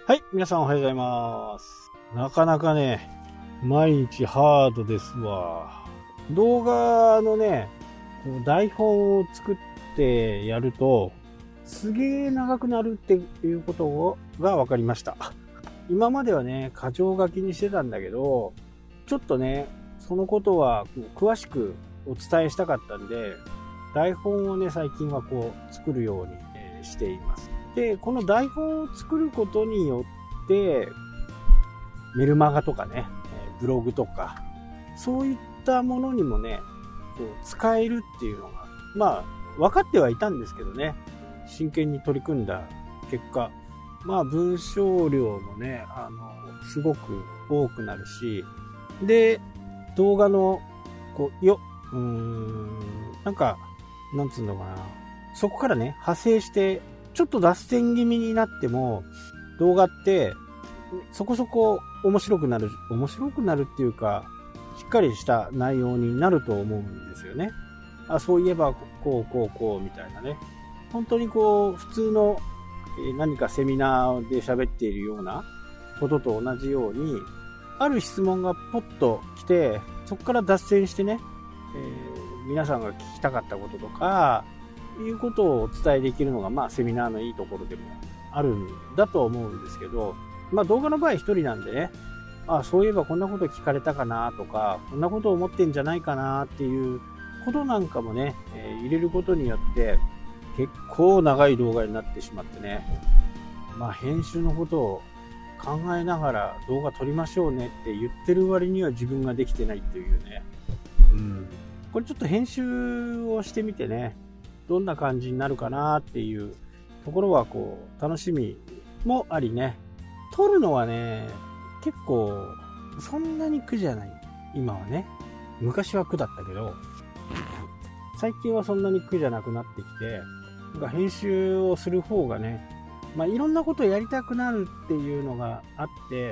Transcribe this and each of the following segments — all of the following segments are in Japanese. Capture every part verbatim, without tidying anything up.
はい、皆さんおはようございます。なかなかね、毎日ハードですわ。動画のね、こう台本を作ってやると、すげー長くなるっていうことが分かりました。今まではね、箇条書きにしてたんだけど、ちょっとね、そのことは詳しくお伝えしたかったんで、台本をね、最近はこう作るようにしています。で、この台本を作ることによって、メルマガとかね、ブログとか、そういったものにもね、こう使えるっていうのが、まあ、分かってはいたんですけどね、真剣に取り組んだ結果、まあ、文章量もね、あの、すごく多くなるし、で、動画の、こう、よ、うーん、なんか、なんつうのかな、そこからね、派生して、ちょっと脱線気味になっても、動画ってそこそこ面白くなる、面白くなるっていうか、しっかりした内容になると思うんですよね。あ、そういえばこうこうこうみたいなね。本当にこう普通の何かセミナーで喋っているようなことと同じように、ある質問がポッと来て、そこから脱線してね、えー、皆さんが聞きたかったこととかいうことをお伝えできるのが、まあセミナーのいいところでもあるんだと思うんですけど、まあ動画の場合一人なんでね、あ、そういえばこんなこと聞かれたかなとか、こんなことを思ってんじゃないかなっていうことなんかもね、えー、入れることによって結構長い動画になってしまってね、まあ編集のことを考えながら動画撮りましょうねって言ってる割には自分ができてないっていうね、うん、これちょっと編集をしてみてね、どんな感じになるかなっていうところはこう楽しみもありね、撮るのはね結構そんなに苦じゃない。今はね、昔は苦だったけど最近はそんなに苦じゃなくなってきて、なんか編集をする方がね、まあいろんなことをやりたくなるっていうのがあって、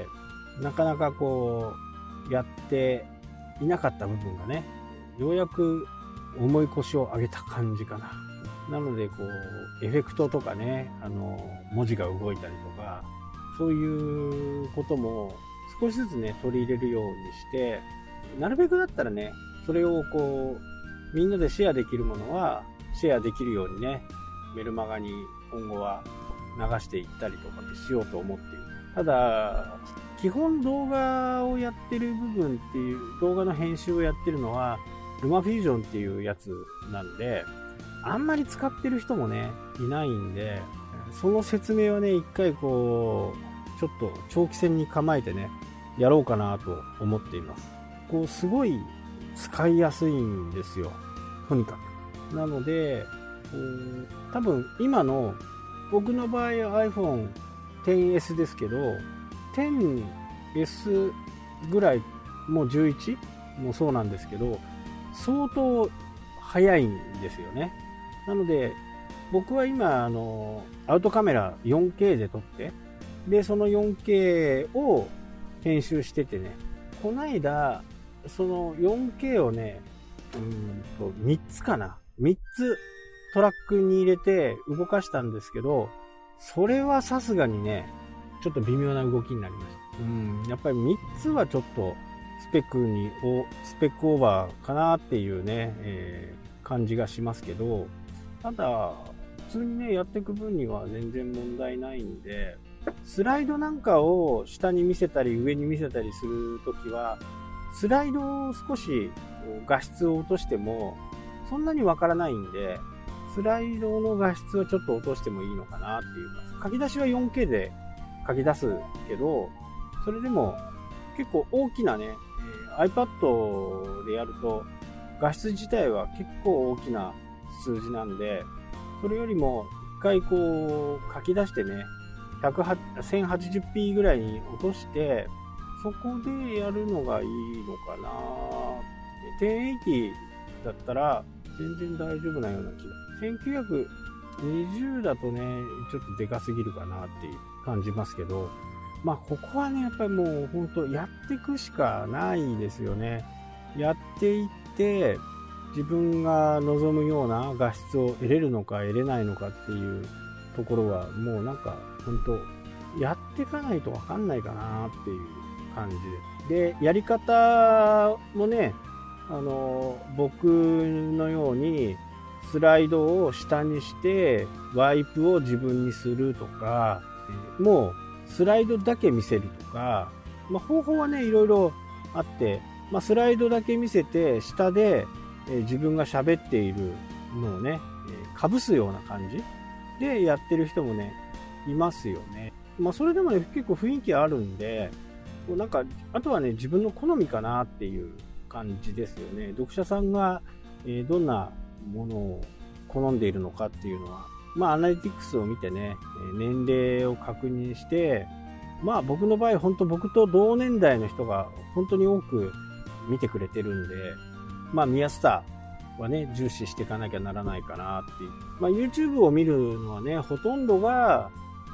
なかなかこうやっていなかった部分がね、ようやく重い腰を上げた感じかな。なのでこうエフェクトとかね、あの文字が動いたりとか、そういうことも少しずつね取り入れるようにして、なるべくだったらね、それをこうみんなでシェアできるものはシェアできるようにね、メルマガに今後は流していったりとかしようと思っている。ただ基本動画をやってる部分っていう、動画の編集をやってるのはルマフュージョンっていうやつなんで、あんまり使ってる人もねいないんで、その説明はね一回こうちょっと長期戦に構えてねやろうかなと思っています。こうすごい使いやすいんですよ、とにかく。なので多分今の僕の場合は アイフォンテンエス ですけど、テンエス ぐらい、もうじゅういちもそうなんですけど、相当早いんですよね。なので僕は今あのアウトカメラ よんケー で撮って、でその よんケー を編集しててね、こないだその よんケー をね、うんとみっつかな、みっつトラックに入れて動かしたんですけど、それはさすがにねちょっと微妙な動きになりました。うん、やっぱりみっつはちょっとスペックにスペックオーバーかなっていうね、えー、感じがしますけど、ただ普通にねやっていく分には全然問題ないんで、スライドなんかを下に見せたり上に見せたりするときは、スライドを少し画質を落としてもそんなにわからないんで、スライドの画質はちょっと落としてもいいのかなっていう。書き出しは よんケー で書き出すけど、それでも結構大きなね、えー、iPad でやると画質自体は結構大きな数字なんで、それよりも一回こう書き出してね、せんはちじゅうピー ぐらいに落として、そこでやるのがいいのかな。テンエイティー だったら全然大丈夫なような気が。せんきゅうひゃくにじゅうだとね、ちょっとでかすぎるかなっていう感じますけど、まあここはね、やっぱりもう本当やっていくしかないですよね。やっていって自分が望むような画質を得れるのか得れないのかっていうところはもうなんか本当やっていかないと分かんないかなっていう感じで、でやり方もね、あの僕のようにスライドを下にしてワイプを自分にするとか、もうスライドだけ見せるとか、まあ、方法はねいろいろあって、まあ、スライドだけ見せて下で、えー、自分が喋っているのをね、えー、かぶすような感じでやってる人もねいますよね。まあ、それでもね結構雰囲気あるんで、なんかあとはね自分の好みかなっていう感じですよね。読者さんが、えー、どんなものを好んでいるのかっていうのは、まあ、アナリティクスを見てね、年齢を確認して、まあ僕の場合、本当僕と同年代の人が本当に多く見てくれてるんで、まあ見やすさはね、重視していかなきゃならないかなっていう。まあ YouTube を見るのはね、ほとんどが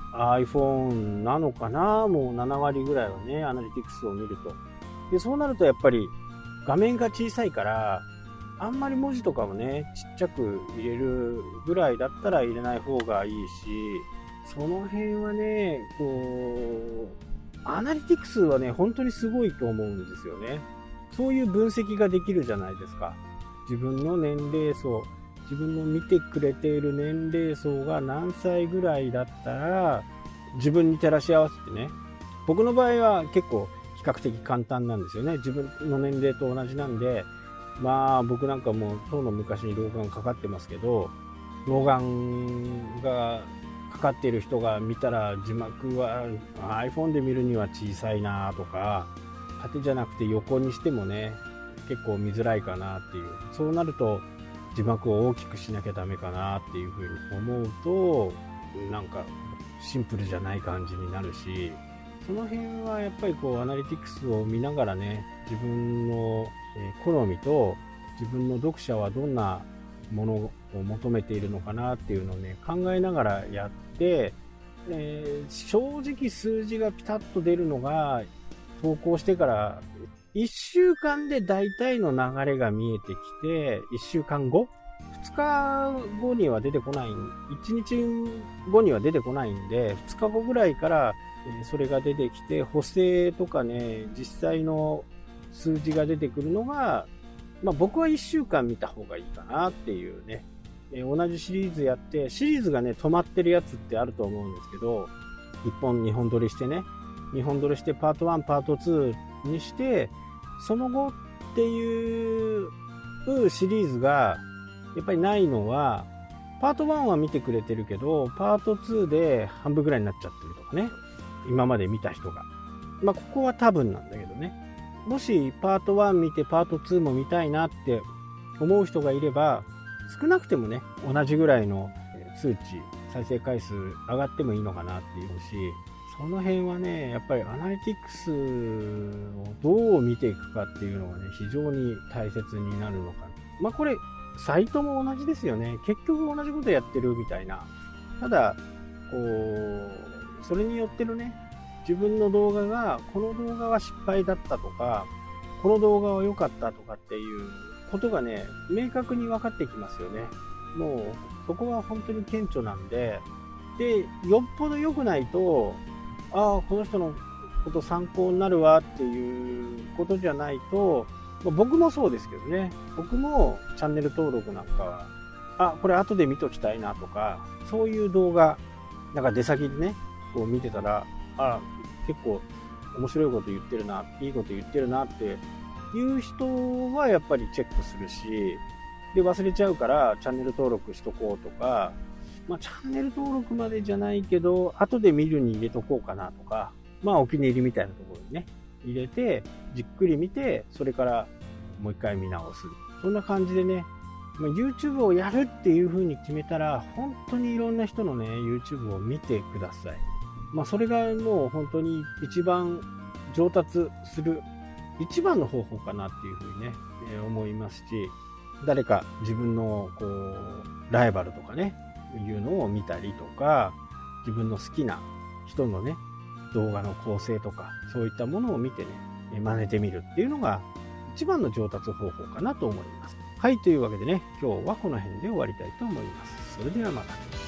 iPhone なのかな、もうななわりぐらいはね、アナリティクスを見ると。で、そうなるとやっぱり画面が小さいから、あんまり文字とかもねちっちゃく入れるぐらいだったら入れない方がいいし、その辺はねこうアナリティクスはね本当にすごいと思うんですよね。そういう分析ができるじゃないですか。自分の年齢層、自分の見てくれている年齢層が何歳ぐらいだったら自分に照らし合わせてね、僕の場合は結構比較的簡単なんですよね。自分の年齢と同じなんで、まあ僕なんかもうとうの昔に老眼かかってますけど、老眼がかかっている人が見たら字幕は iPhone で見るには小さいなとか、縦じゃなくて横にしてもね結構見づらいかなっていう、そうなると字幕を大きくしなきゃダメかなっていうふうに思うと、なんかシンプルじゃない感じになるし、その辺はやっぱりこうアナリティクスを見ながらね、自分の好みと自分の読者はどんなものを求めているのかなっていうのをね考えながらやって、えー、正直数字がピタッと出るのが投稿してからいっしゅうかんで大体の流れが見えてきて、いっしゅうかんごふつかごには出てこない、いちにちごには出てこないんで、ふつかごぐらいからそれが出てきて、補正とかね実際の数字が出てくるのが、まあ、僕はいっしゅうかん見た方がいいかなっていうね、えー、同じシリーズやってシリーズがね止まってるやつってあると思うんですけど、いっぽんにほん撮りしてね、にほん撮りしてパートワンパートツーにしてその後っていうシリーズがやっぱりないのは、パートワンは見てくれてるけどパートツーで半分ぐらいになっちゃってるとかね、今まで見た人が、まあここは多分なんだけどね、もしパートワン見てパートツーも見たいなって思う人がいれば、少なくてもね同じぐらいの数値再生回数上がってもいいのかなっていうし、その辺はねやっぱりアナリティクスをどう見ていくかっていうのがね非常に大切になるのかな。まあこれサイトも同じですよね。結局同じことやってるみたいな。ただこうそれによってるね、自分の動画がこの動画は失敗だったとか、この動画は良かったとかっていうことがね明確に分かってきますよね。もうそこは本当に顕著なんで、でよっぽど良くないと、ああこの人のこと参考になるわっていうことじゃないと、僕もそうですけどね、僕もチャンネル登録なんかはあこれ後で見ときたいなとか、そういう動画なんか出先でねこう見てたら、あ結構面白いこと言ってるな、いいこと言ってるなっていう人はやっぱりチェックするし、で忘れちゃうからチャンネル登録しとこうとか、まあ、チャンネル登録までじゃないけど後で見るに入れとこうかなとか、まあお気に入りみたいなところにね入れてじっくり見て、それからもう一回見直す、そんな感じでね、まあ、YouTube をやるっていう風に決めたら本当にいろんな人のね YouTube を見てください。まあ、それがもう本当に一番上達する一番の方法かなっていうふうにね、えー、思いますし、誰か自分のこうライバルとかねいうのを見たりとか、自分の好きな人のね動画の構成とかそういったものを見てね真似てみるっていうのが一番の上達方法かなと思います。はい、というわけでね今日はこの辺で終わりたいと思います。それではまた。